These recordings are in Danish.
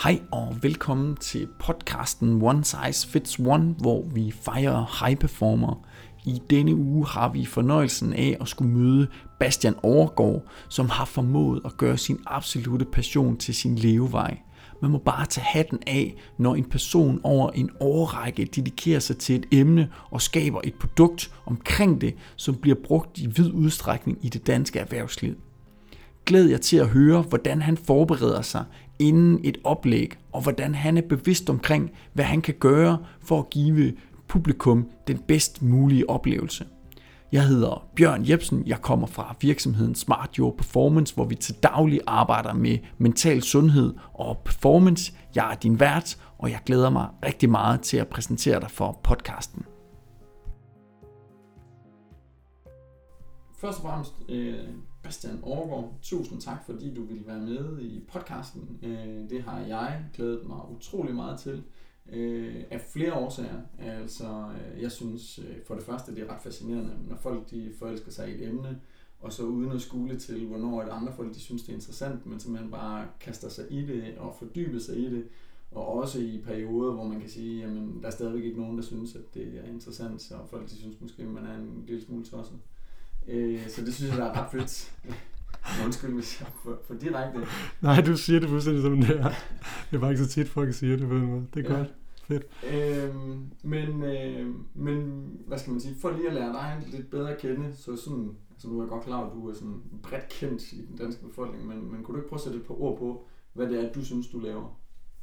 Hej og velkommen til podcasten One Size Fits One, hvor vi fejrer high performer. I denne uge har vi fornøjelsen af at skulle møde Bastian Overgaard, som har formået at gøre sin absolute passion til sin levevej. Man må bare tage hatten af, når en person over en årrække dedikerer sig til et emne og skaber et produkt omkring det, som bliver brugt i vid udstrækning i det danske erhvervsliv. Glæd jer til at høre, hvordan han forbereder sig inden et oplæg, og hvordan han er bevidst omkring, hvad han kan gøre for at give publikum den bedst mulige oplevelse. Jeg hedder Bjørn Jepsen, jeg kommer fra virksomheden Smart Your Performance, hvor vi til daglig arbejder med mental sundhed og performance. Jeg er din vært, og jeg glæder mig rigtig meget til at præsentere dig for podcasten. Først og fremmest, Bastian Overgaard, tusind tak, fordi du ville være med i podcasten. Det har jeg glædet mig utrolig meget til, af flere årsager. Altså, jeg synes for det første, det er ret fascinerende, når folk de forelsker sig i et emne, og så uden at skule til, hvornår et andre folk de synes, det er interessant, men simpelthen bare kaster sig i det og fordyber sig i det. Og også i perioder, hvor man kan sige, jamen, der er stadigvæk ikke nogen, der synes, at det er interessant, så folk de synes måske, man er en lille smule tosset. Så det synes jeg, der er ret fedt. Undskyld, hvis jeg for direkte. Nej, du siger det fuldstændig som det er. Det er bare ikke så tit, folk siger det på en måde. Det er godt. Fedt. Men hvad skal man sige, for lige at lære dig lidt bedre at kende, så sådan, altså nu er jeg godt klar, at du er sådan bredt kendt i den danske befolkning, men kunne du ikke prøve at sætte et par ord på, hvad det er, du synes, du laver?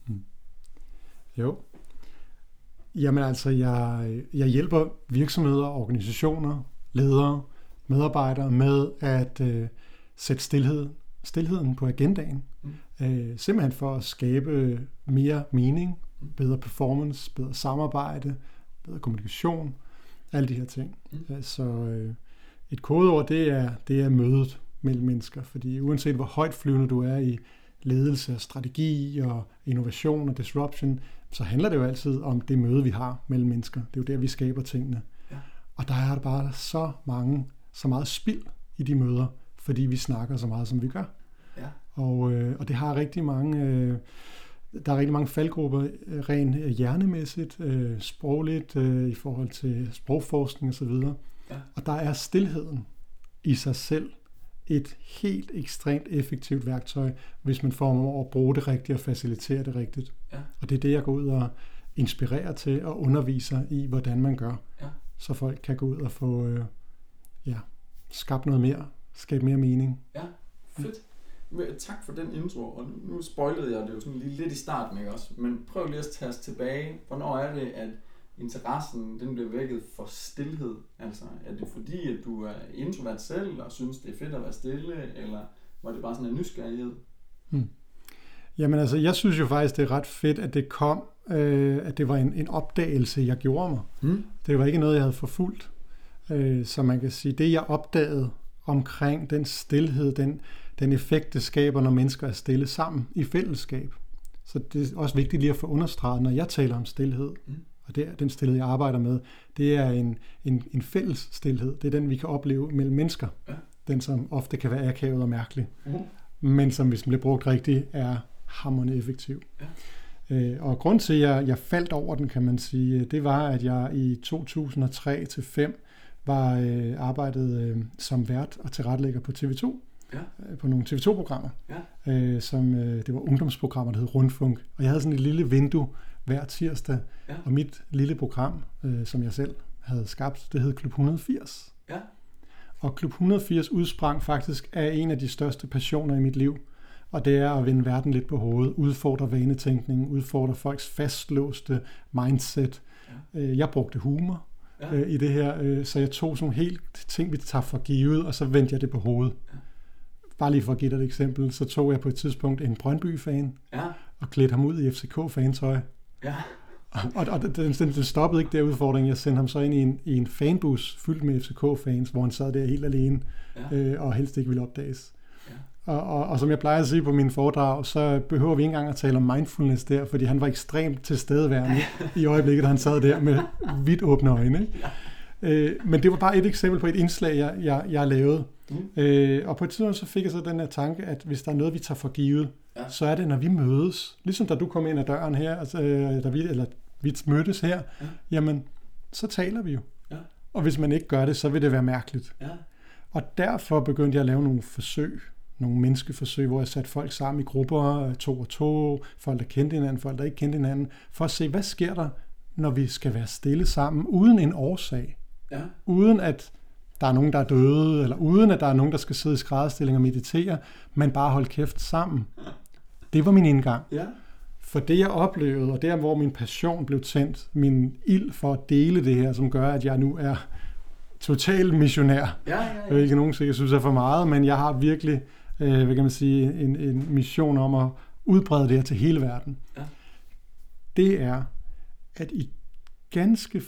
Jo. Jamen altså, jeg hjælper virksomheder, organisationer, ledere, medarbejdere med at sætte stilheden på agendaen. Simpelthen for at skabe mere mening, bedre performance, bedre samarbejde, bedre kommunikation, alle de her ting. Så et kodeord, det er mødet mellem mennesker, fordi uanset hvor højt flyvende du er i ledelse, strategi og innovation og disruption, så handler det jo altid om det møde, vi har mellem mennesker. Det er jo der, vi skaber tingene. Ja. Og der er bare så meget spild i de møder, fordi vi snakker så meget, som vi gør. Ja. Og det har rigtig mange, der er rigtig mange faldgrupper, rent hjernemæssigt, sprogligt, i forhold til sprogforskning osv. Ja. Og der er stilheden i sig selv et helt ekstremt effektivt værktøj, hvis man får at bruge det rigtigt og facilitere det rigtigt. Ja. Og det er det, jeg går ud og inspirerer til og underviser i, hvordan man gør. Ja. Så folk kan gå ud og få skabt noget mere, skabe mere mening. Ja, fedt. Tak for den intro, og nu spoilede jeg det jo sådan lige lidt i starten, ikke også? Men prøv lige at tage os tilbage. Hvornår er det, at interessen den bliver vækket for stilhed? Altså, er det fordi, at du er introvert selv og synes, det er fedt at være stille, eller var det bare sådan en nysgerrighed? Jamen altså, jeg synes jo faktisk, det er ret fedt, at det kom, at det var en opdagelse, jeg gjorde mig. Det var ikke noget, jeg havde forfulgt. Så man kan sige, det jeg opdagede omkring den stilhed, den effekt, det skaber, når mennesker er stille sammen i fællesskab. Så det er også vigtigt lige at få understreget, når jeg taler om stilhed, og det er den stilhed, jeg arbejder med, det er en fælles stilhed. Det er den, vi kan opleve mellem mennesker. Ja. Den, som ofte kan være akavet og mærkelig, men som hvis den bliver brugt rigtigt, er hamrende effektiv. Ja. Og grund til, at jeg faldt over den, kan man sige, det var, at jeg i 2003-2005 arbejdede som vært og tilrettelægger på TV2. Ja. På nogle TV2-programmer. Ja. Det var ungdomsprogrammer, der hed Rundfunk. Og jeg havde sådan et lille vindue hver tirsdag. Ja. Og mit lille program, som jeg selv havde skabt, det hed Klub 180. Ja. Og Klub 180 udsprang faktisk af en af de største passioner i mit liv. Og det er at vende verden lidt på hovedet, udfordre vanetænkning, udfordre folks fastlåste mindset. Ja. Jeg brugte humor i det her, så jeg tog sådan helt ting, vi tager for givet, og så vendte jeg det på hovedet. Ja. Bare lige for at give dig et eksempel, så tog jeg på et tidspunkt en Brøndby-fan og klædte ham ud i FCK-fantøj. Ja. Og den stoppede ikke der udfordring. Jeg sendte ham så ind i en fanbus fyldt med FCK-fans, hvor han sad der helt alene og helst ikke ville opdages. Ja. Og som jeg plejer at sige på mine foredrag, så behøver vi ikke engang at tale om mindfulness der, fordi han var ekstremt tilstedeværende i øjeblikket, da han sad der med vidt åbne øjne. Men det var bare et eksempel på et indslag, jeg lavede. Og på et tidspunkt så fik jeg så den her tanke, at hvis der er noget, vi tager for givet, så er det, når vi mødes. Ligesom da du kom ind ad døren her, altså, da vi mødtes her, jamen, så taler vi jo. Ja. Og hvis man ikke gør det, så vil det være mærkeligt. Ja. Og derfor begyndte jeg at lave nogle forsøg, nogle menneskeforsøg, hvor jeg satte folk sammen i grupper, 2 og 2, folk der kendte hinanden, folk der ikke kendte hinanden, for at se, hvad sker der, når vi skal være stille sammen, uden en årsag. Ja. Uden at der er nogen, der er døde, eller uden at der er nogen, der skal sidde i skrædderstilling og meditere, men bare holde kæft sammen. Det var min indgang. Ja. For det, jeg oplevede, og der, hvor min passion blev tændt, min ild for at dele det her, som gør, at jeg nu er total missionær. Hvilket nogen sikkert synes er for meget, men jeg har virkelig, hvad kan man sige, en mission om at udbrede det her til hele verden. Ja. Det er, at i ganske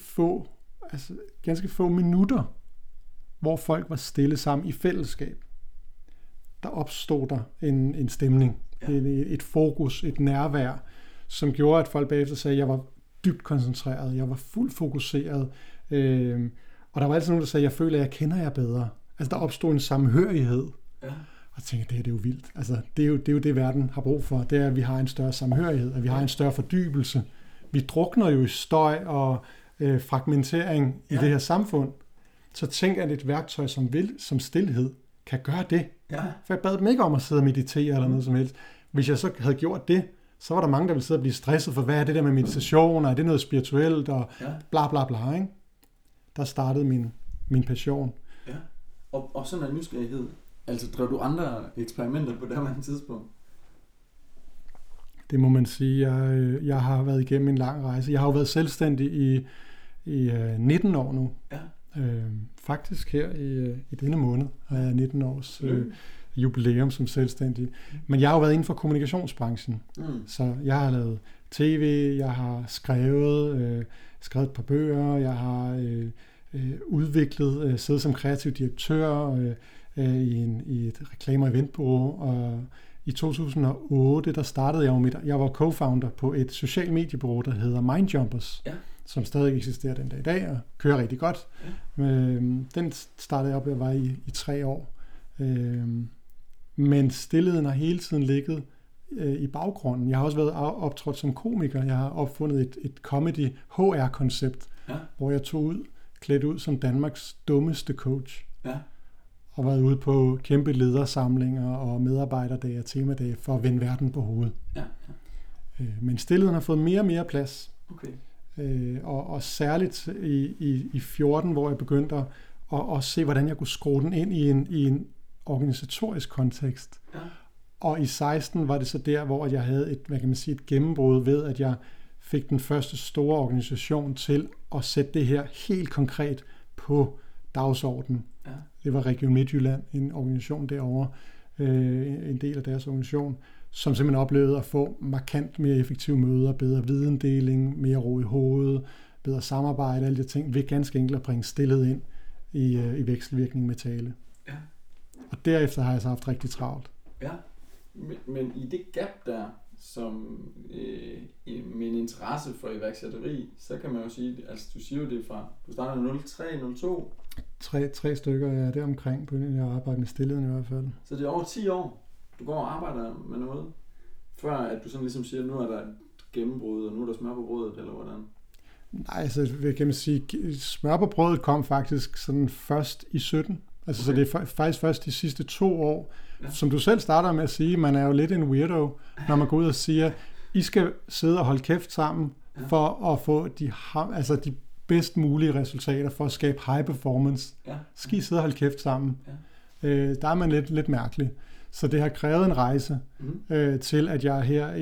få minutter, hvor folk var stille sammen i fællesskab, der opstod der en stemning, et fokus, et nærvær, som gjorde, at folk bagefter sagde, at jeg var dybt koncentreret, jeg var fuldt fokuseret, og der var altid nogen, der sagde, at jeg føler, at jeg kender jer bedre. Altså, der opstod en samhørighed. Ja. Og jeg tænkte, det er jo vildt. Altså, det er jo det, verden har brug for. Det er, at vi har en større samhørighed, at vi har en større fordybelse. Vi drukner jo i støj og fragmentering i det her samfund. Så tænk, at et værktøj som stilhed kan gøre det. Ja. For jeg bad dem ikke om at sidde og meditere eller noget som helst. Hvis jeg så havde gjort det, så var der mange, der ville sidde og blive stresset for, hvad er det der med meditation, og er det noget spirituelt, og bla bla bla, ikke? Der startede min passion. Ja. Og sådan en nysgerrighed. Altså, drev du andre eksperimenter på det her tidspunkt? Det må man sige. Jeg har været igennem en lang rejse. Jeg har jo været selvstændig i 19 år nu. Ja. Faktisk her i denne måned har jeg 19 års jubilæum som selvstændig. Men jeg har jo været inden for kommunikationsbranchen. Så jeg har lavet tv, jeg har skrevet et par bøger, jeg har udviklet, siddet som kreativ direktør i et reklame- og eventbureau, og i 2008, der startede jeg var co-founder på et social mediebureau, der hedder Mindjumpers, som stadig eksisterer den dag i dag, og kører rigtig godt. Ja. Den startede jeg op, jeg var i 3 år. Men stillheden har hele tiden ligget i baggrunden. Jeg har også været optrådt som komiker. Jeg har opfundet et comedy HR-koncept, hvor jeg tog klædt ud som Danmarks dummeste coach. Ja. Og været ude på kæmpe ledersamlinger og medarbejderdage og temadage for at vende verden på hovedet. Ja. Men stillheden har fået mere og mere plads. Okay. Og særligt i 14, hvor jeg begyndte at se, hvordan jeg kunne skrue den ind i en organisatorisk kontekst. Ja. Og i 16 var det så der, hvor jeg havde et gennembrud ved, at jeg fik den første store organisation til at sætte det her helt konkret på dagsordenen. Ja. Det var Region Midtjylland, en organisation derovre, en del af deres organisation, som simpelthen oplevede at få markant mere effektive møder, bedre videndeling, mere ro i hovedet, bedre samarbejde, alle de ting, ved ganske enkelt at bringe stilhed ind i vekselvirkning med tale. Ja. Og derefter har jeg så haft rigtig travlt. Ja, men i det gap der, som med en interesse for iværksætteri, så kan man jo sige, altså du siger jo det fra, du startede 03, 02? 3 stykker, ja, det omkring, på jeg arbejder med stillheden i hvert fald. Så det er over 10 år, du går og arbejder med noget, før at du sådan ligesom siger, nu er der et gennembrud, og nu er der smør på brødet, eller hvordan? Nej, altså kan man sige, smør på brødet kom faktisk sådan først i 17. Altså okay. Så det er faktisk først de sidste 2 år. Ja. Som du selv starter med at sige, man er jo lidt en weirdo, når man går ud og siger, I skal sidde og holde kæft sammen, for at få de bedst mulige resultater, for at skabe high performance. Ja. Skal I sidde og holde kæft sammen. Ja. Der er man lidt mærkelig. Så det har krævet en rejse til, at jeg her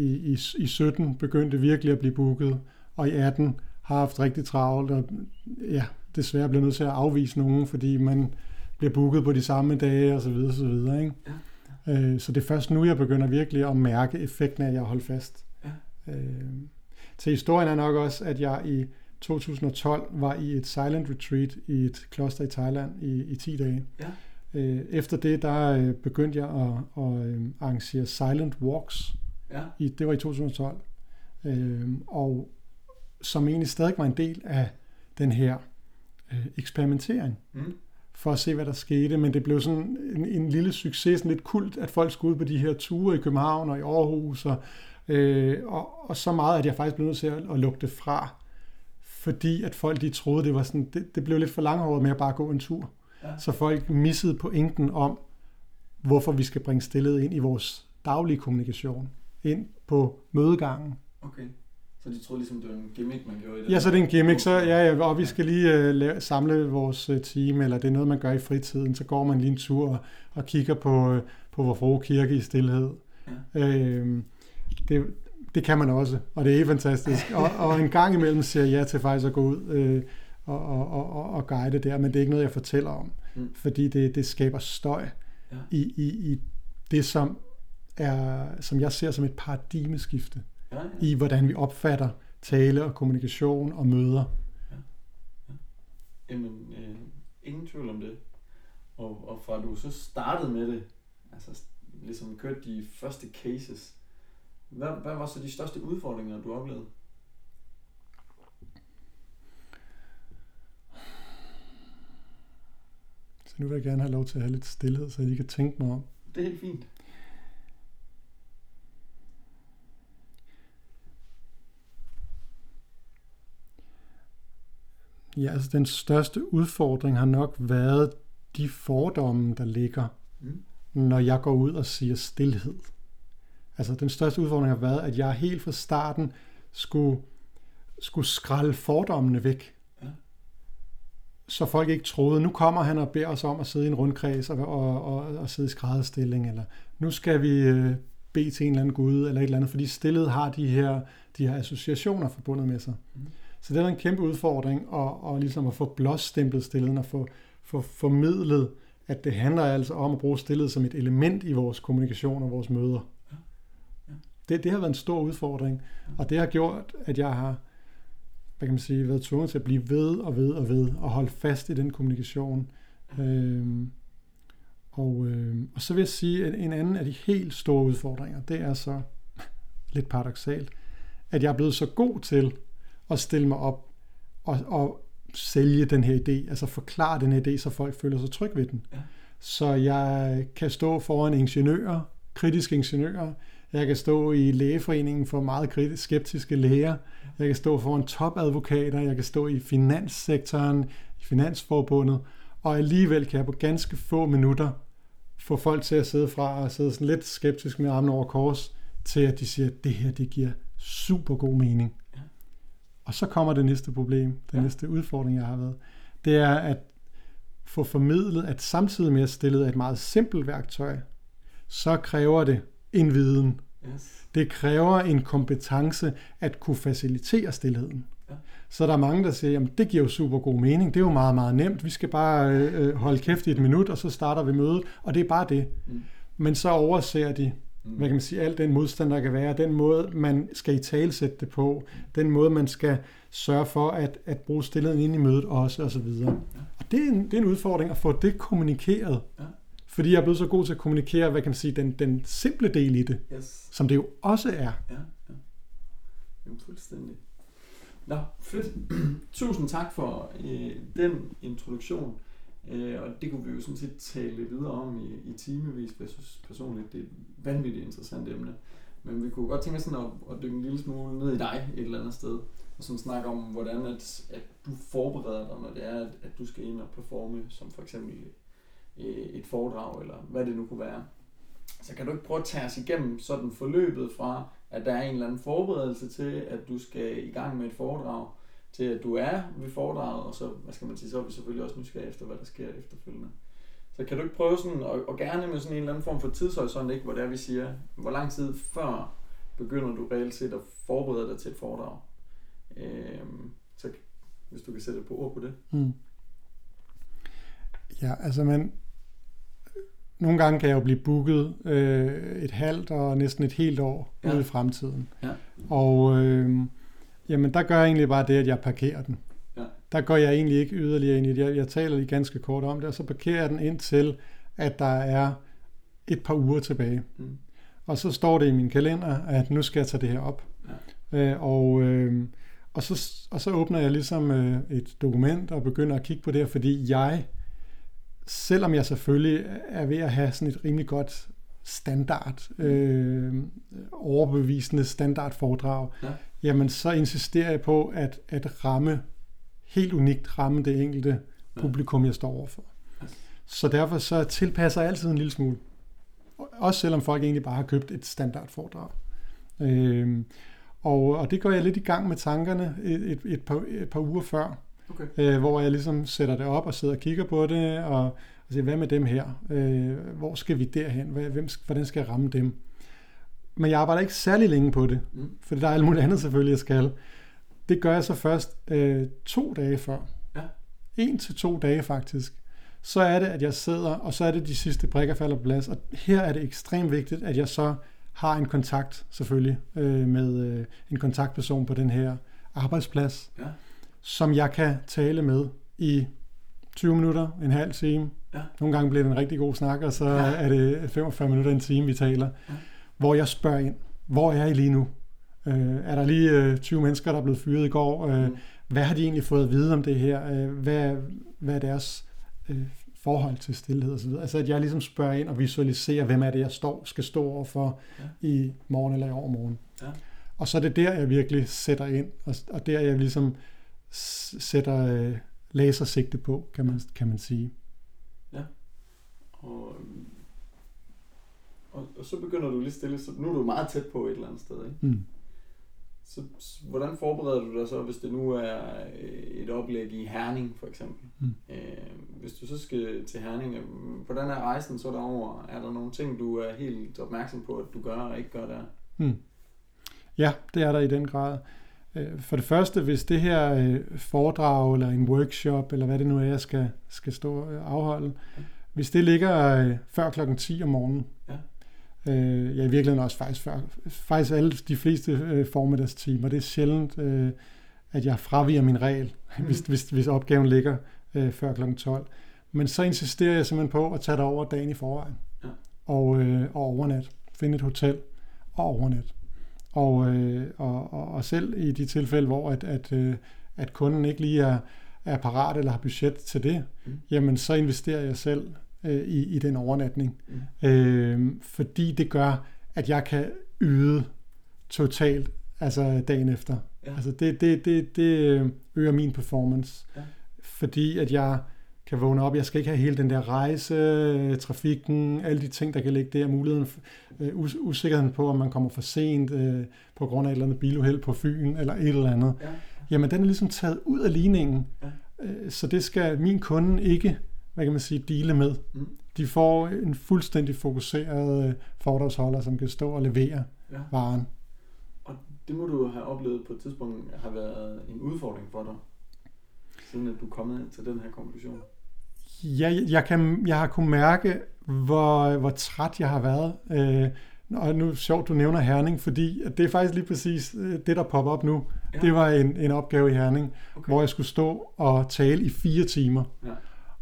i 17 begyndte virkelig at blive booket, og i 18 har haft rigtig travlt, og ja, desværre blev nødt til at afvise nogen, fordi man bliver booket på de samme dage, og så videre, så videre, ikke? Ja. Så det er først nu, jeg begynder virkelig at mærke effekten af, at jeg holder fast. Ja. Til historien er nok også, at jeg i 2012 var i et silent retreat i et kloster i Thailand i 10 dage. Ja. Efter det, der begyndte jeg at arrangere silent walks. Ja. Det var i 2012. Og som egentlig stadig var en del af den her eksperimentering. for at se, hvad der skete, men det blev sådan en lille succes, sådan lidt kult, at folk skulle ud på de her ture i København og i Aarhus, og så meget, at jeg faktisk blev nødt til at lukke det fra, fordi at folk de troede, det var sådan, det blev lidt for langhåret med at bare gå en tur. Ja. Så folk missede pointen om, hvorfor vi skal bringe stillhed ind i vores daglige kommunikation, ind på mødegangen. Okay. Så de troede ligesom, det var en gimmick, man gjorde i det? Ja, så det er en gimmick. Så og vi skal lige samle vores team, eller det er noget, man gør i fritiden. Så går man lige en tur og kigger på Vor Frue Kirke i stilhed. Ja. Det kan man også, og det er fantastisk. og en gang imellem siger jeg ja til faktisk at gå ud og guide der, men det er ikke noget, jeg fortæller om. Fordi det skaber støj i det, som jeg ser som et paradigmeskifte. I hvordan vi opfatter tale og kommunikation og møder. Jamen, ingen tvivl om det. Og fra du så startede med det, altså ligesom kørte de første cases, hvad var så de største udfordringer, du oplevede? Så nu vil jeg gerne have lov til at have lidt stillhed, så jeg lige kan tænke mig om. Det er helt fint. Ja, altså den største udfordring har nok været de fordomme, der ligger, når jeg går ud og siger stilhed. Altså den største udfordring har været, at jeg helt fra starten skulle skralde fordommene væk. Ja. Så folk ikke troede, nu kommer han og beder os om at sidde i en rundkreds og sidde i skrædderstilling, eller nu skal vi bede til en eller anden gud, eller et eller andet, fordi stilhed har de her associationer forbundet med sig. Så det er en kæmpe udfordring, og ligesom at få blåstemplet stilheden, og få formidlet, at det handler altså om at bruge stilhed som et element i vores kommunikation og vores møder. Det har været en stor udfordring, og det har gjort, at jeg har, været tvunget til at blive ved og holde fast i den kommunikation. Og så vil jeg sige, at en anden af de helt store udfordringer, det er så lidt paradoksalt, at jeg er blevet så god til at stille mig op og sælge den her idé, altså forklare den her idé, så folk føler sig trygge ved den. Ja. Så jeg kan stå foran ingeniører, kritiske ingeniører, jeg kan stå i lægeforeningen for meget skeptiske læger, jeg kan stå foran topadvokater, jeg kan stå i finanssektoren, i Finansforbundet, og alligevel kan jeg på ganske få minutter få folk til at sidde sådan lidt skeptisk med armene over kors, til at de siger, at det her, det giver super god mening. Ja. Og så kommer det næste problem, den næste udfordring, jeg har været. Det er at få formidlet, at samtidig med at stillet er et meget simpelt værktøj, så kræver det en viden. Yes. Det kræver en kompetence at kunne facilitere stilheden. Ja. Så der er mange, der siger, jamen det giver jo super god mening, det er jo meget, meget nemt, vi skal bare holde kæft i et minut, og så starter vi mødet, og det er bare det. Men så overser de, al den modstand, der kan være, den måde, man skal italesætte det på, den måde, man skal sørge for at bruge stilheden ind i mødet også, og så videre. Ja. Og det er en udfordring at få det kommunikeret. Ja. Fordi jeg er blevet så god til at kommunikere, den simple del i det, som det jo også er. Ja. Jamen, fuldstændig. Nå, fedt. Tusind tak for den introduktion. Og det kunne vi jo sådan set tale videre om i timevis. Jeg synes personligt, det er et vanvittigt interessant emne. Men vi kunne godt tænke os sådan at dykke en lille smule ned i dig et eller andet sted. Og sådan snakke om, hvordan at du forbereder dig, når det er, at du skal ind og performe, som for eksempel et foredrag, eller hvad det nu kunne være. Så kan du ikke prøve at tage os igennem sådan forløbet fra, at der er en eller anden forberedelse til, at du skal i gang med et foredrag, til at du er ved foredraget, og så, så er vi selvfølgelig også nysgerrige efter, hvad der sker efterfølgende. Så kan du ikke prøve sådan, og gerne med sådan en eller anden form for tidshorisont, ikke, hvor det er, vi siger, hvor lang tid før begynder du reelt set at forberede dig til et foredrag? Så hvis du kan sætte på ord på det. Ja, altså nogle gange kan jeg jo blive booket et halvt og næsten et helt år ude i fremtiden. Ja. Og jamen der gør jeg egentlig bare det, at jeg parkerer den. Ja. Der går jeg egentlig ikke yderligere ind i det. Jeg taler lige ganske kort om det, og så parkerer jeg den indtil, at der er et par uger tilbage. Og så står det i min kalender, at nu skal jeg tage det her op. Ja. Og så åbner jeg ligesom et dokument og begynder at kigge på det her, fordi jeg selvom jeg selvfølgelig er ved at have sådan et rimelig godt standard, overbevisende standardforedrag, jamen så insisterer jeg på at ramme, helt unikt ramme det enkelte publikum, jeg står overfor. Så derfor så tilpasser jeg altid en lille smule. Også selvom folk egentlig bare har købt et standardforedrag. Og det går jeg lidt i gang med tankerne et par uger før. Okay. Hvor jeg ligesom sætter det op og sidder og kigger på det, og siger, hvad med dem her? Hvor skal vi derhen? Hvordan skal jeg ramme dem? Men jeg arbejder ikke særlig længe på det, for der er alt muligt andet selvfølgelig, jeg skal. Det gør jeg så først 2 dage før. Ja. 1 til 2 dage faktisk. Så er det, at jeg sidder, og så er det de sidste brikker falder på plads. Og her er det ekstremt vigtigt, at jeg så har en kontakt selvfølgelig med en kontaktperson på den her arbejdsplads, som jeg kan tale med i 20 minutter, en halv time. Ja. Nogle gange bliver det en rigtig god snak, og så er det 45 minutter, en time, vi taler. Ja. Hvor jeg spørger ind, hvor er I lige nu? Er der lige 20 mennesker, der er blevet fyret i går? Hvad har de egentlig fået at vide om det her? Hvad er deres forhold til stillhed og så videre? Altså at jeg ligesom spørger ind og visualiserer, hvem er det, jeg skal stå overfor i morgen eller i overmorgen. Ja. Og så er det der, jeg virkelig sætter ind, og der jeg ligesom sætter lasersigte på, kan man sige. Ja. Og så begynder du lige stille, så nu er du meget tæt på et eller andet sted, ikke? Så hvordan forbereder du dig så, hvis det nu er et oplæg i Herning, for eksempel? Hvis du så skal til Herning, hvordan er rejsen så derover? Er der nogle ting, du er helt opmærksom på, at du gør og ikke gør der? Ja, det er der i den grad. For det første, hvis det her foredrag eller en workshop, eller hvad det nu er, jeg skal stå og afholde, hvis det ligger før klokken 10 om morgenen, i virkeligheden også faktisk alle de fleste formiddagstimer, det er sjældent, at jeg fraviger min regel, hvis opgaven ligger før klokken 12. Men så insisterer jeg simpelthen på at tage det over dagen i forvejen, og overnat, finde et hotel og overnat. Og selv i de tilfælde, hvor at kunden ikke lige er parat eller har budget til det, jamen så investerer jeg selv i den overnatning. Fordi det gør, at jeg kan yde totalt, altså dagen efter. Ja. Altså det øger min performance. Ja. Fordi at jeg kan vågne op, jeg skal ikke have hele den der rejse, trafikken, alle de ting, der kan ligge der, muligheden, usikkerheden på, om man kommer for sent på grund af et eller andet biluheld på Fyn, eller et eller andet. Ja. Jamen, den er ligesom taget ud af ligningen. Ja. Så det skal min kunde ikke, hvad kan man sige, deale med. De får en fuldstændig fokuseret foredragsholder, som kan stå og levere varen. Og det må du have oplevet på et tidspunkt, har været en udfordring for dig, siden at du er kommet ind til den her konklusion. Ja, jeg har kunnet mærke, hvor træt jeg har været. Og nu er det sjovt, du nævner Herning, fordi det er faktisk lige præcis det, der popper op nu. Ja. Det var en opgave i Herning, hvor jeg skulle stå og tale i 4 timer. Ja.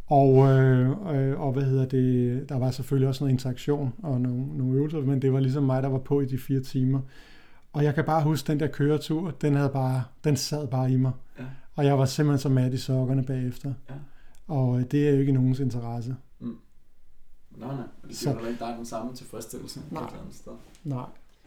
Og hvad hedder det, der var selvfølgelig også noget interaktion og nogle øvelser, men det var ligesom mig, der var på i de 4 timer. Og jeg kan bare huske, den der køretur, den sad bare i mig. Ja. Og jeg var simpelthen så mat i sokkerne bagefter. Ja. Og det er jo ikke nogens interesse. Nej. Det giver heller ikke dig den samme tilfredsstillelse. Nej. Nej.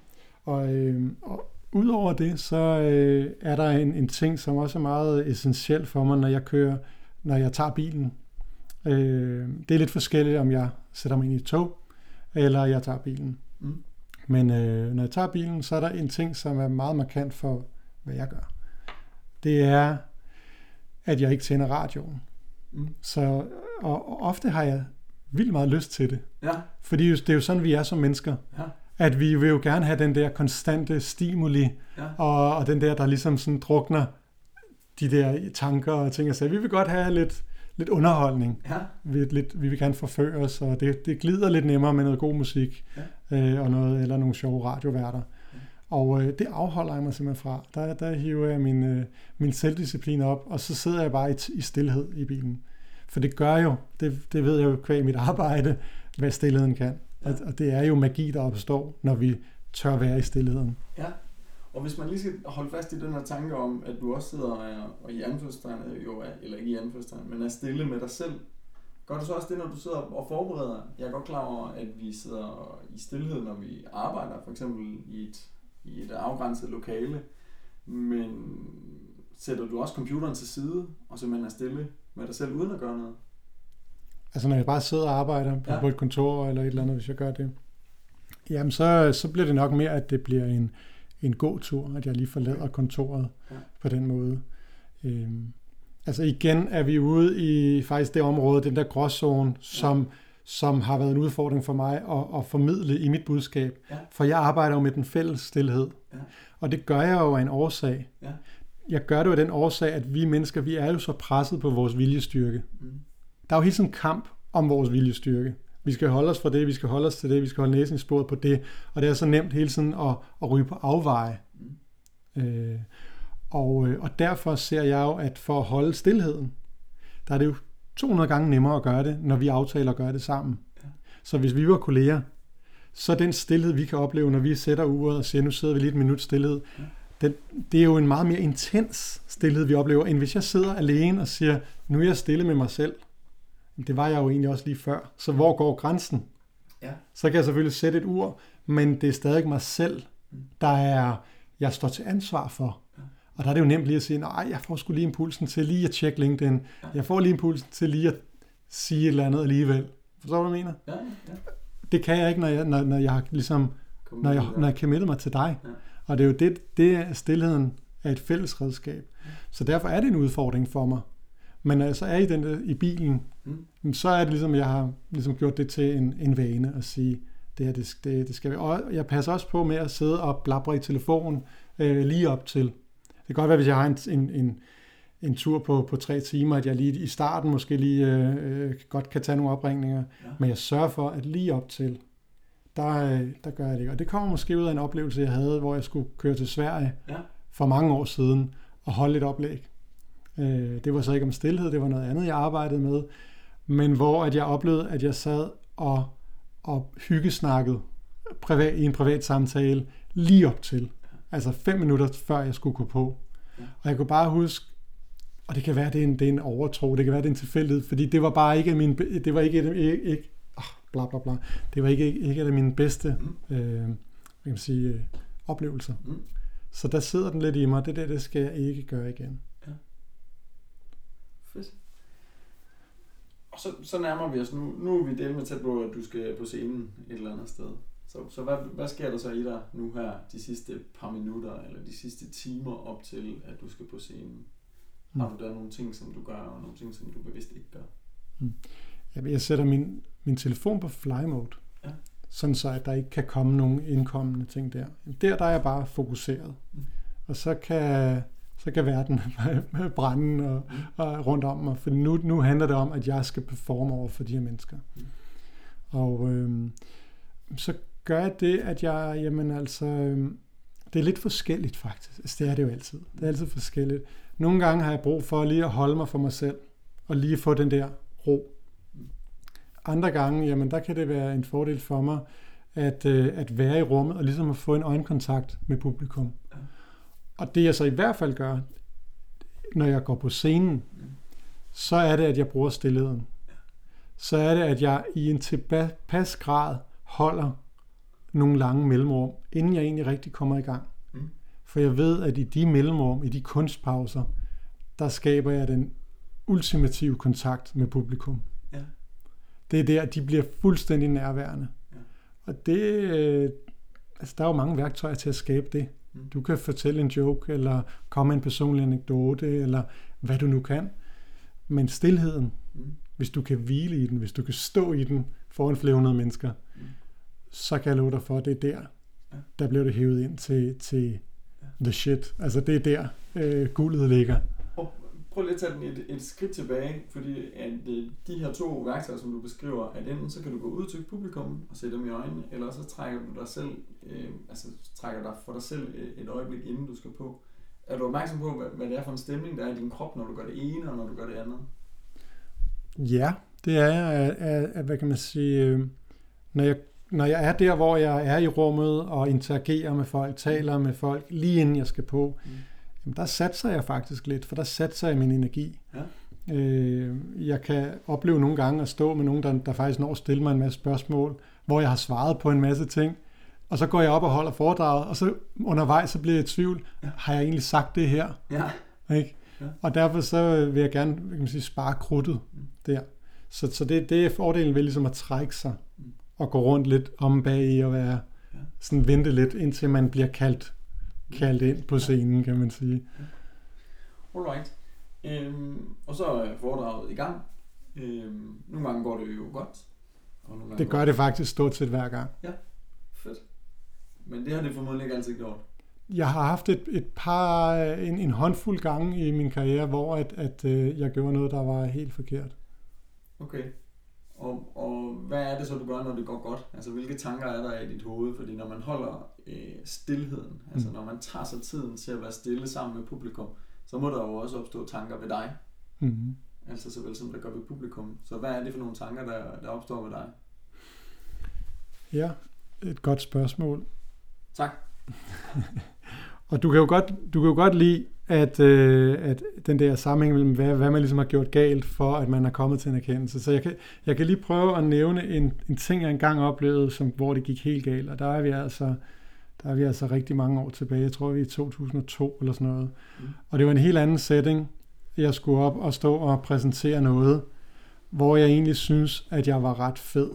Og udover det, så er der en ting, som også er meget essentiel for mig, når jeg tager bilen. Det er lidt forskelligt, om jeg sætter mig ind i et tog, eller jeg tager bilen. Men når jeg tager bilen, så er der en ting, som er meget markant for, hvad jeg gør. Det er, at jeg ikke tænder radioen. Så, og ofte har jeg vildt meget lyst til det. Ja. Fordi det er jo sådan, vi er som mennesker. Ja. At vi vil jo gerne have den der konstante stimuli, og den der ligesom sådan drukner de der tanker og ting. Så vi vil godt have lidt underholdning. Ja. Vi vil gerne forføre os, og det glider lidt nemmere med noget god musik, og eller nogle sjove radioværter. Ja. Og det afholder jeg mig simpelthen fra. Der hiver jeg min selvdisciplin op, og så sidder jeg bare i stilhed i bilen. For det gør jo, det ved jeg jo kvæg mit arbejde, hvad stilheden kan. Ja. Og det er jo magi, der opstår, når vi tør være i stilheden. Ja, og hvis man lige skal holde fast i den her tanke om, at du også sidder og i anførselstegn, eller ikke i anførselstegn, men er stille med dig selv, Gør du så også det, når du sidder og forbereder? Jeg er godt klar over, at vi sidder i stilhed, når vi arbejder, for eksempel i et afgrænset lokale. Men sætter du også computeren til side, og simpelthen er stille med dig selv, uden at gøre noget? Altså når jeg bare sidder og arbejder på et kontor eller et eller andet, hvis jeg gør det, jamen så bliver det nok mere, at det bliver en gåtur, at jeg lige forlader kontoret på den måde. Altså igen er vi ude i faktisk det område, den der gråzone, som har været en udfordring for mig at formidle i mit budskab. Ja. For jeg arbejder jo med den fælles stilhed. Ja. Og det gør jeg jo af en årsag. Ja. Jeg gør det jo af den årsag, at vi mennesker, vi er jo så presset på vores viljestyrke. Der er jo hele tiden en kamp om vores viljestyrke. Vi skal holde os fra det, vi skal holde os til det, vi skal holde næsen i sporet på det. Og det er så nemt hele tiden at ryge på afveje. Og derfor ser jeg jo, at for at holde stilheden, der er det jo 200 gange nemmere at gøre det, når vi aftaler at gøre det sammen. Ja. Så hvis vi var kolleger, så den stilhed, vi kan opleve, når vi sætter uret og siger, nu sidder vi lige et minut stilhed, det er jo en meget mere intens stilhed, vi oplever, end hvis jeg sidder alene og siger, nu er jeg stille med mig selv. Det var jeg jo egentlig også lige før. Så hvor går grænsen? Ja. Så kan jeg selvfølgelig sætte et ur, men det er stadig mig selv, jeg står til ansvar for. Ja. Og der er det jo nemt lige at sige, nej, jeg får sgu lige impulsen til lige at tjekke LinkedIn. Ja. Jeg får lige impulsen til lige at sige et eller andet alligevel. Forstår du, hvad jeg mener? Ja. Det kan jeg ikke, når jeg har ligesom, når jeg committer mig til dig. Ja. Og det er jo det stilheden af et fælles redskab. Ja. Så derfor er det en udfordring for mig. Men altså er i bilen, så er det ligesom, jeg har ligesom gjort det til en vane at sige, det skal vi. Og jeg passer også på med at sidde og blabre i telefonen lige op til. Det kan godt være, hvis jeg har en tur på 3 timer, at jeg lige i starten måske lige godt kan tage nogle opringninger. Ja. Men jeg sørger for, at lige op til, der gør jeg det ikke. Og det kommer måske ud af en oplevelse, jeg havde, hvor jeg skulle køre til Sverige for mange år siden og holde et oplæg. Det var så ikke om stilhed, det var noget andet, jeg arbejdede med. Men hvor at jeg oplevede, at jeg sad og hyggesnakkede i en privat samtale lige op til. Altså 5 minutter før jeg skulle gå på. Ja. Og jeg kunne bare huske, og det kan være, det er en overtro, det kan være, det er en tilfældighed, fordi det var bare ikke bla bla bla. Det var ikke af mine bedste oplevelser. Så der sidder den lidt i mig, det skal jeg ikke gøre igen. Ja. Fedt. Og så nærmer vi os nu er vi delt med tæt på, at du skal på scenen et eller andet sted. Så hvad sker der så i dig nu her de sidste par minutter, eller de sidste timer op til, at du skal på scenen? Har du der nogle ting, som du gør, og nogle ting, som du bevidst ikke gør? Jeg sætter min telefon på fly mode, sådan så at der ikke kan komme nogen indkommende ting der. Der er jeg bare fokuseret. Og så kan verden brænde og rundt om mig, for nu handler det om, at jeg skal performe over for de her mennesker. Og så gør jeg det, at det er lidt forskelligt faktisk. Altså, det er det jo altid. Det er altid forskelligt. Nogle gange har jeg brug for lige at holde mig for mig selv, og lige få den der ro. Andre gange, der kan det være en fordel for mig, at være i rummet, og ligesom at få en øjenkontakt med publikum. Og det jeg så i hvert fald gør, når jeg går på scenen, så er det, at jeg bruger stilheden. Så er det, at jeg i en tilpas grad holder nogle lange mellemrum, inden jeg egentlig rigtig kommer i gang. For jeg ved, at i de mellemrum, i de kunstpauser, der skaber jeg den ultimative kontakt med publikum. Ja. Det er der, de bliver fuldstændig nærværende. Ja. Og det, der er jo mange værktøjer til at skabe det. Du kan fortælle en joke, eller komme med en personlig anekdote, eller hvad du nu kan. Men stilheden, hvis du kan hvile i den, hvis du kan stå i den foran flere hundrede mennesker, så kan jeg love dig for, at det er der bliver det hævet ind til the shit. Altså det er der, guldet ligger. Og prøv lige at tage den et skridt tilbage, fordi at de her 2 værktøjer, som du beskriver, at enten så kan du gå ud til publikum og se dem i øjnene, eller så trækker du dig selv, trækker dig for dig selv et øjeblik, inden du skal på. Er du opmærksom på, hvad det er for en stemning, der er i din krop, når du gør det ene, og når du gør det andet? Ja, det er jeg. Hvad kan man sige? Når jeg er der, hvor jeg er i rummet og interagerer med folk, taler med folk, lige inden jeg skal på, jamen der satser jeg faktisk lidt, for der satser jeg min energi. Ja. Jeg kan opleve nogle gange at stå med nogen, der faktisk når at stille mig en masse spørgsmål, hvor jeg har svaret på en masse ting, og så går jeg op og holder foredraget, og så undervejs så bliver jeg i tvivl, har jeg egentlig sagt det her? Ja. Ikke? Ja. Og derfor så vil jeg gerne, kan man sige, spare krudtet der. Så det er fordelen ved ligesom at trække sig og gå rundt lidt om bag i og være sådan vente lidt, indtil man bliver kaldt ind på scenen, kan man sige. Alright. Og så er foredraget i gang. Nogle gange går det jo godt. Og nogle gange det gør det faktisk stort set hver gang. Ja, fedt. Men det har det formodentlig ikke altid gjort. Jeg har haft en håndfuld gange i min karriere, hvor at jeg gjorde noget, der var helt forkert. Okay. Og hvad er det så, du gør, når det går godt? Altså, hvilke tanker er der i dit hoved? Fordi når man holder stilheden, altså når man tager sig tiden til at være stille sammen med publikum, så må der jo også opstå tanker ved dig. Mm-hmm. Altså såvel som der gør ved publikum. Så hvad er det for nogle tanker, der opstår ved dig? Ja, et godt spørgsmål. Tak. Og du kan jo godt lide, at den der sammenhæng mellem, hvad man ligesom har gjort galt, for at man er kommet til en erkendelse. Så jeg kan lige prøve at nævne en ting, jeg engang oplevede, hvor det gik helt galt. Og der er vi altså rigtig mange år tilbage. Jeg tror, vi er i 2002 eller sådan noget. Og det var en helt anden setting. Jeg skulle op og stå og præsentere noget, hvor jeg egentlig synes, at jeg var ret fed.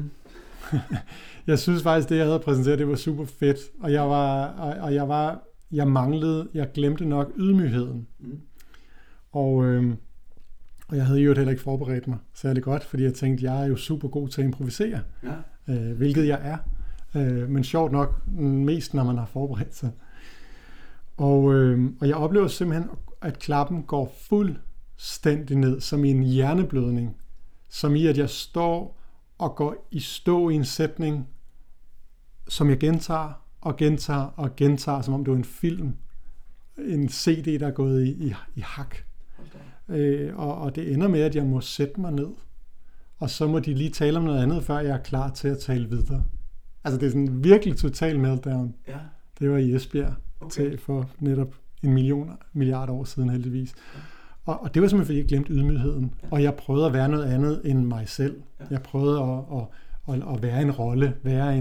Jeg synes faktisk, det jeg havde præsenteret, det var super fedt. Og jeg glemte nok ydmygheden. Og jeg havde jo heller ikke forberedt mig særlig godt, fordi jeg tænkte, jeg er jo super god til at improvisere, hvilket jeg er. Men sjovt nok, mest når man har forberedt sig. Og jeg oplever simpelthen, at klappen går fuldstændig ned, som i en hjerneblødning. Som i, at jeg står og går i stå i en sætning, som jeg gentager, som om det var en film. En CD, der er gået i hak. Og det ender med, at jeg må sætte mig ned. Og så må de lige tale om noget andet, før jeg er klar til at tale videre. Altså det er sådan en virkelig total meltdown. Ja. Det var i Esbjerg for netop 1 milliard år siden heldigvis. Ja. Og det var simpelthen, fordi jeg glemte ydmygheden. Ja. Og jeg prøvede at være noget andet end mig selv. Ja. Jeg prøvede at være en rolle, være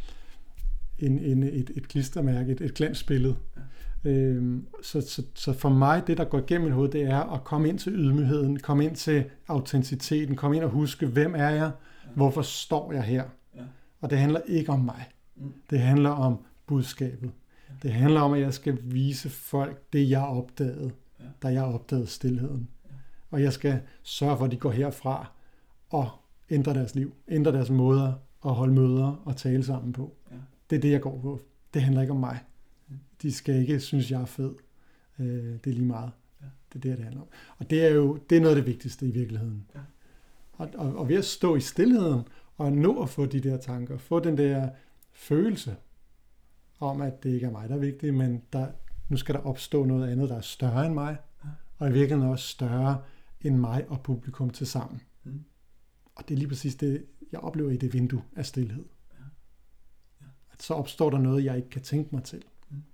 et klistermærke, et glansbillede. Ja. Så for mig, det der går igennem mit hoved, det er at komme ind til ydmygheden, komme ind til autenticiteten, komme ind og huske, hvem er jeg, hvorfor står jeg her. Ja. Og det handler ikke om mig. Det handler om budskabet. Ja. Det handler om, at jeg skal vise folk det, jeg opdagede, da jeg opdagede stilheden. Ja. Og jeg skal sørge for, at de går herfra og ændrer deres liv, ændrer deres måder at holde møder og tale sammen på. Ja. Det er det, jeg går på. Det handler ikke om mig. De skal ikke synes, jeg er fed. Det er lige meget. Ja. Det er det handler om. Og det er noget af det vigtigste i virkeligheden. Ja. Og ved at stå i stilheden og nå at få de der tanker, få den der følelse om, at det ikke er mig, der er vigtigt, men nu skal der opstå noget andet, der er større end mig, og i virkeligheden også større end mig og publikum til sammen. Og det er lige præcis det, jeg oplever i det vindue af stilhed. At så opstår der noget, jeg ikke kan tænke mig til.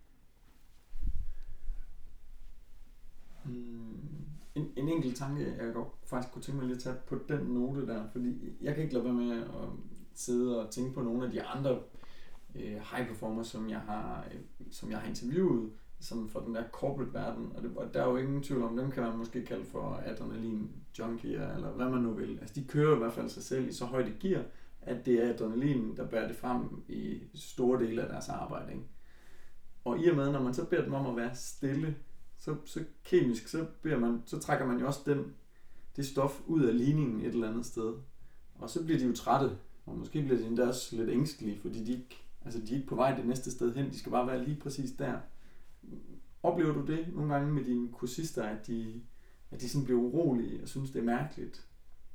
En enkelt tanke, jeg faktisk kunne tænke mig lidt at tage på den note der, fordi jeg kan ikke lade være med at sidde og tænke på nogle af de andre high performers, som jeg har interviewet, som fra den der corporate verden, og der er jo ingen tvivl om, dem kan man måske kalde for adrenalin junkier, eller hvad man nu vil. Altså de kører i hvert fald sig selv i så højt et gear, at det er adrenalin, der bærer det frem i store dele af deres arbejde. Ikke? Og i og med, når man så beder dem om at være stille, så kemisk, så trækker man jo også det stof ud af ligningen et eller andet sted. Og så bliver de jo trætte, og måske bliver de endda også lidt ængstelige, fordi de er ikke på vej det næste sted hen, de skal bare være lige præcis der. Oplever du det nogle gange med dine kursister, at de sådan bliver urolige og synes, det er mærkeligt?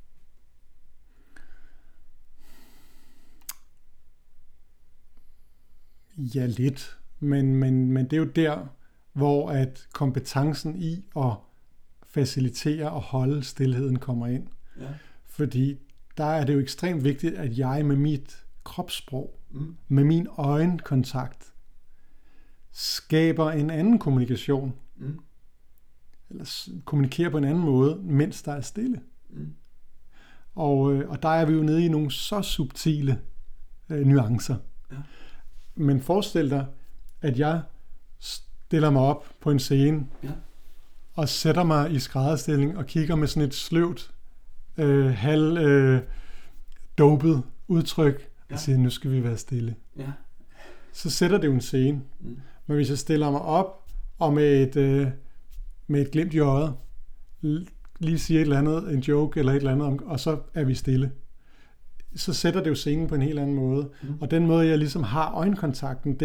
Ja, lidt. Men det er jo der, hvor at kompetencen i at facilitere og holde stilheden kommer ind. Ja. Fordi der er det jo ekstremt vigtigt, at jeg med mit kropssprog, med min øjenkontakt, skaber en anden kommunikation. eller kommunikere på en anden måde, mens der er stille. Og der er vi jo nede i nogle så subtile nuancer. Ja. Men forestil dig, at jeg stiller mig op på en scene, og sætter mig i skrædderstilling og kigger med sådan et sløvt, dopet udtryk, og siger, nu skal vi være stille. Ja. Så sætter det jo en scene. Men hvis jeg stiller mig op, og med et glimt i øjet, lige siger et eller andet, en joke eller et eller andet, og så er vi stille, så sætter det jo scenen på en helt anden måde. Og den måde, jeg ligesom har øjenkontakten,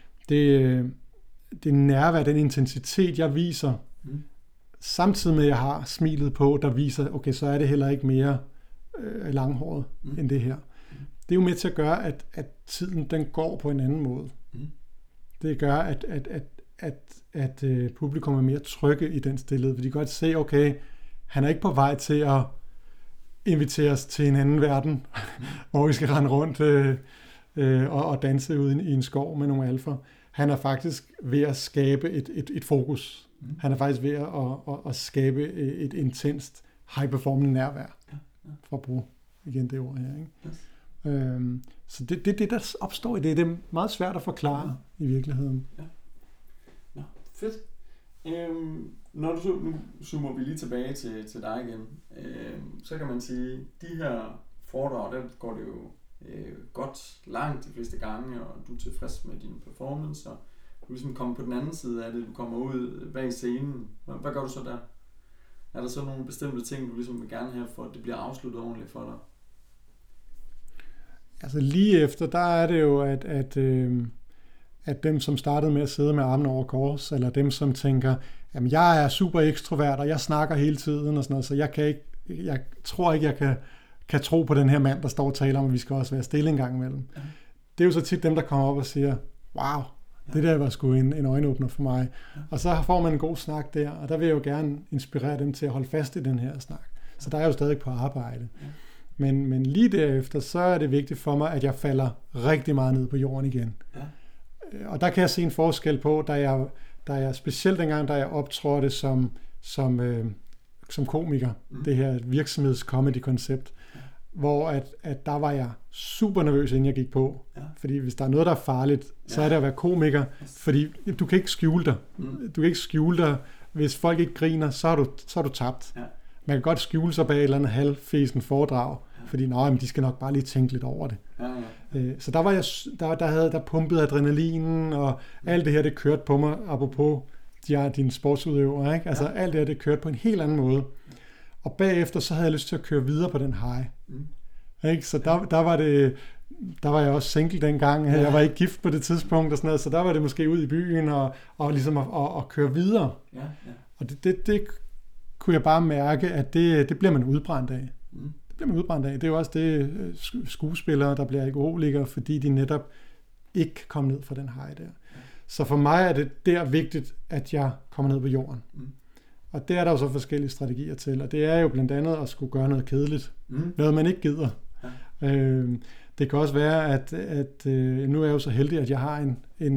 det nærvær, den intensitet, jeg viser, samtidig med, at jeg har smilet på, der viser, okay, så er det heller ikke mere langhåret end det her. Det er jo med til at gøre, at tiden, den går på en anden måde. Det gør, at publikum er mere trygge i den stillhed, for de kan godt se, okay, han er ikke på vej til at invitere os til en anden verden, hvor vi skal rende rundt og danse ude i en skov med nogle alfer. Han er faktisk ved at skabe et fokus. Han er faktisk ved at skabe et intenst, high-performende nærvær, for at bruge igen det ord her. Ikke? Yes. Så det, der opstår i det er meget svært at forklare i virkeligheden. Ja. Nå, fedt. Når nu zoomer vi lige tilbage til dig igen, så kan man sige, de her foredrag, der går det jo godt langt de fleste gange, og du er tilfreds med din performance, og du ligesom kommer på den anden side af det, du kommer ud bag scenen. Hvad gør du så der? Er der så nogle bestemte ting, du ligesom vil gerne have, for at det bliver afsluttet ordentligt for dig? Altså lige efter, der er det jo, at dem, som startede med at sidde med armene over kors, eller dem, som tænker, jamen jeg er super ekstrovert, og jeg snakker hele tiden, og sådan noget, så jeg tror ikke, jeg kan tro på den her mand, der står og taler om, at vi skal også være stille en gang imellem. Ja. Det er jo så tit dem, der kommer op og siger, wow, det der var sgu en øjenåbner for mig. Ja. Og så får man en god snak der, og der vil jeg jo gerne inspirere dem til at holde fast i den her snak. Så der er jo stadig på arbejde. Ja. Men lige derefter, så er det vigtigt for mig, at jeg falder rigtig meget ned på jorden igen. Ja. Og der kan jeg se en forskel på, da jeg specielt dengang, da jeg optrådte som komiker, det her virksomheds-comedy-koncept, hvor at der var jeg super nervøs, inden jeg gik på. Ja. Fordi hvis der er noget, der er farligt, så er det at være komiker, fordi du kan ikke skjule dig. Du kan ikke skjule dig. Hvis folk ikke griner, så er du tabt. Ja. Man kan godt skjule sig bag et eller andet halvfæsen foredrag, fordi de skal nok bare lige tænke lidt over det. Ja. Så der var jeg, der pumpede adrenalinen, og alt det her, det kørte på mig, apropos dine sportsudøvere, ikke? Altså alt det her, det kørte på en helt anden måde. Og bagefter, så havde jeg lyst til at køre videre på den high. Ikke? Så der var jeg også single dengang. Jeg var ikke gift på det tidspunkt, og sådan noget, så der var det måske ud i byen, og ligesom at køre videre. Ja. Og det kunne jeg bare mærke, at det bliver man udbrændt af. Det bliver man udbrændt af. Det er jo også det skuespillere, der bliver alkoholikere, fordi de netop ikke kom ned fra den high der. Så for mig er det der vigtigt, at jeg kommer ned på jorden. Og det er der jo så forskellige strategier til, og det er jo blandt andet at skulle gøre noget kedeligt. Noget man ikke gider. Ja. Det kan også være, at nu er jeg jo så heldig, at jeg har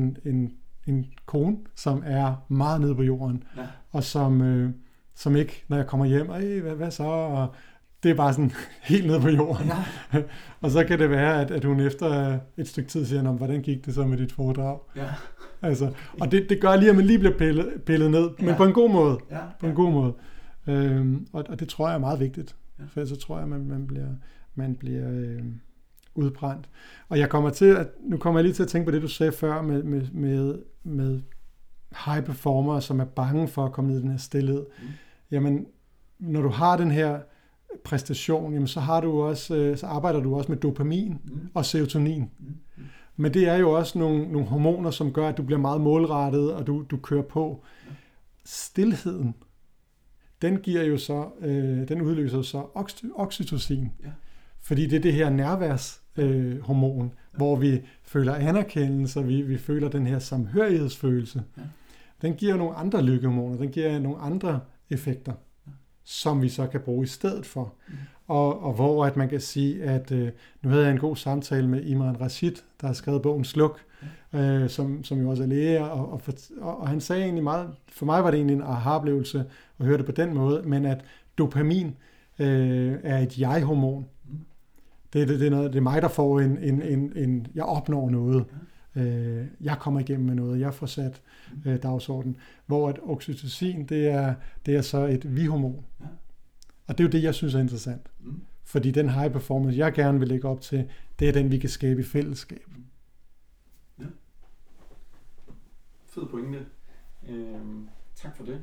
en kone, som er meget nede på jorden, og som ikke, når jeg kommer hjem, hvad så? Og det er bare sådan helt nede på jorden. Ja. Og så kan det være, at hun efter et stykke tid siger, hvordan gik det så med dit foredrag? Ja. Altså, og det gør lige, at man lige bliver pillet ned, men på en god måde. Ja. På en god måde. Og det tror jeg er meget vigtigt. Ja. For så tror jeg, at man bliver udbrændt. Og nu kommer jeg lige til at tænke på det, du sagde før med high performer, som er bange for at komme ned i den her stillhed. Jamen, når du har den her præstation, jamen, så arbejder du også med dopamin og serotonin. Men det er jo også nogle hormoner, som gør, at du bliver meget målrettet, og du kører på. Stilheden, den giver jo så, den udløser så oxytocin. Ja. Fordi det er det her nærværshormon, hvor vi føler anerkendelse, og vi føler den her samhørighedsfølelse. Ja. Den giver nogle andre lykkehormoner, den giver nogle andre effekter, som vi så kan bruge i stedet for. Og hvor at man kan sige, at nu havde jeg en god samtale med Imran Rashid, der har skrevet bogen Sluk, som jo også er læge, og han sagde egentlig meget, for mig var det egentlig en aha-oplevelse at høre det på den måde, men at dopamin er et jeg-hormon. Det er mig, der får jeg opnår noget. Jeg kommer igennem med noget, jeg får sat dagsordenen. Hvor at oxytocin, det er så et vi-hormon. Og det er jo det, jeg synes er interessant. Fordi den high performance, jeg gerne vil lægge op til, det er den, vi kan skabe i fællesskab. Ja. Fed pointe. Tak for det.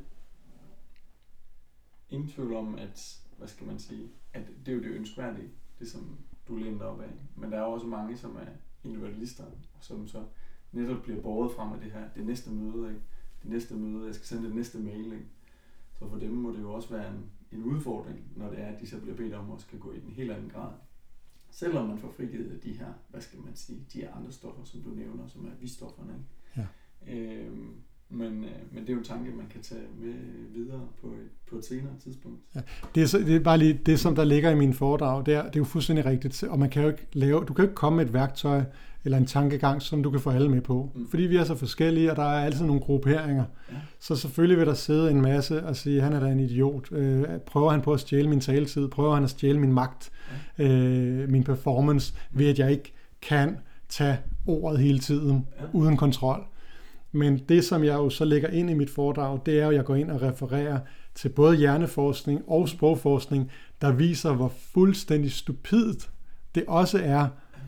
Ingen tvivl om, at, at det er jo det ønskværdige, det som du læner op af. Men der er også mange, som er individualister, som så netop bliver båret frem af det næste møde, ikke? Det næste møde, jeg skal sende det næste mail, ikke? Så for dem må det jo også være en udfordring, når det er, at de så bliver bedt om at skal gå i en helt anden grad. Selvom man får frigivet de her, de her andre stoffer, som du nævner, som er vi-stofferne, ikke? Ja. Men det er jo en tanke, man kan tage med videre på et senere tidspunkt. Ja, det er bare lige det, som der ligger i mine foredrag. Det er jo fuldstændig rigtigt. Og man kan jo ikke du kan jo ikke komme med et værktøj eller en tankegang, som du kan få alle med på. Fordi vi er så forskellige, og der er altid nogle grupperinger. Ja. Så selvfølgelig vil der sidde en masse og sige, han er da en idiot. Prøver han på at stjæle min taletid? Prøver han at stjæle min magt? Min performance? Ved at jeg ikke kan tage ordet hele tiden uden kontrol? Men det, som jeg jo så lægger ind i mit foredrag, det er jo, at jeg går ind og refererer til både hjerneforskning og sprogforskning, der viser, hvor fuldstændig stupidt det også er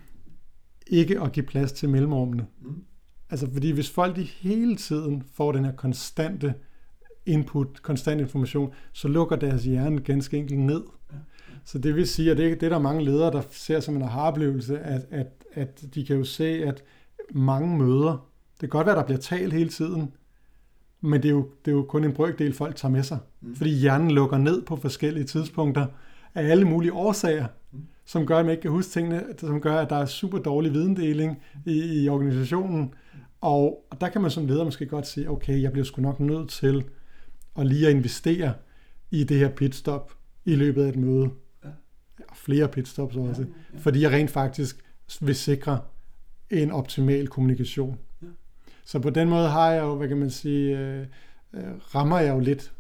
ikke at give plads til mellemrummene. Altså, fordi hvis folk de hele tiden får den her konstante input, konstant information, så lukker deres hjerne ganske enkelt ned. Så det vil sige, at det er der mange ledere, der ser som en aha-oplevelse, at de kan jo se, at mange møder, det kan godt være, der bliver talt hele tiden, men det er jo kun en brøkdel, folk tager med sig. Fordi hjernen lukker ned på forskellige tidspunkter af alle mulige årsager, som gør, at man ikke kan huske tingene, som gør, at der er super dårlig videndeling i organisationen. Og der kan man som leder måske godt sige, okay, jeg bliver sgu nok nødt til at lige at investere i det her pitstop i løbet af et møde. Og flere pitstops også. Fordi jeg rent faktisk vil sikre en optimal kommunikation. Så på den måde har jeg jo, hvad kan man sige, rammer jeg jo lidt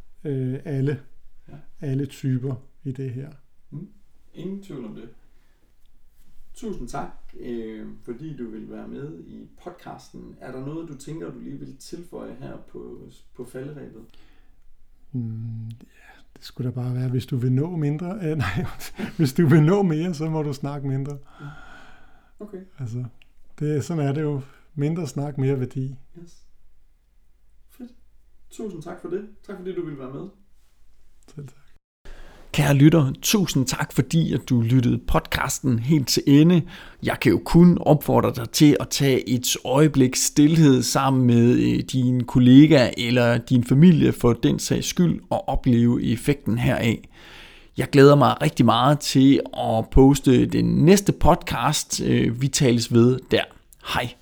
alle typer i det her. Ingen tvivl om det. Tusind tak, fordi du vil være med i podcasten. Er der noget, du tænker, du lige vil tilføje her på falderebet? Det skulle da bare være, hvis du vil nå mindre. Hvis du vil nå mere, så må du snakke mindre. Okay. Altså, sådan er det jo. Mindre snak, mere værdi. Yes. Fedt. Tusind tak for det. Tak fordi du ville være med. Selv tak. Kære lytter, tusind tak fordi at du lyttede podcasten helt til ende. Jeg kan jo kun opfordre dig til at tage et øjeblik stilhed sammen med din kollega eller din familie for den sags skyld og opleve effekten heraf. Jeg glæder mig rigtig meget til at poste den næste podcast. Vi tales ved der. Hej.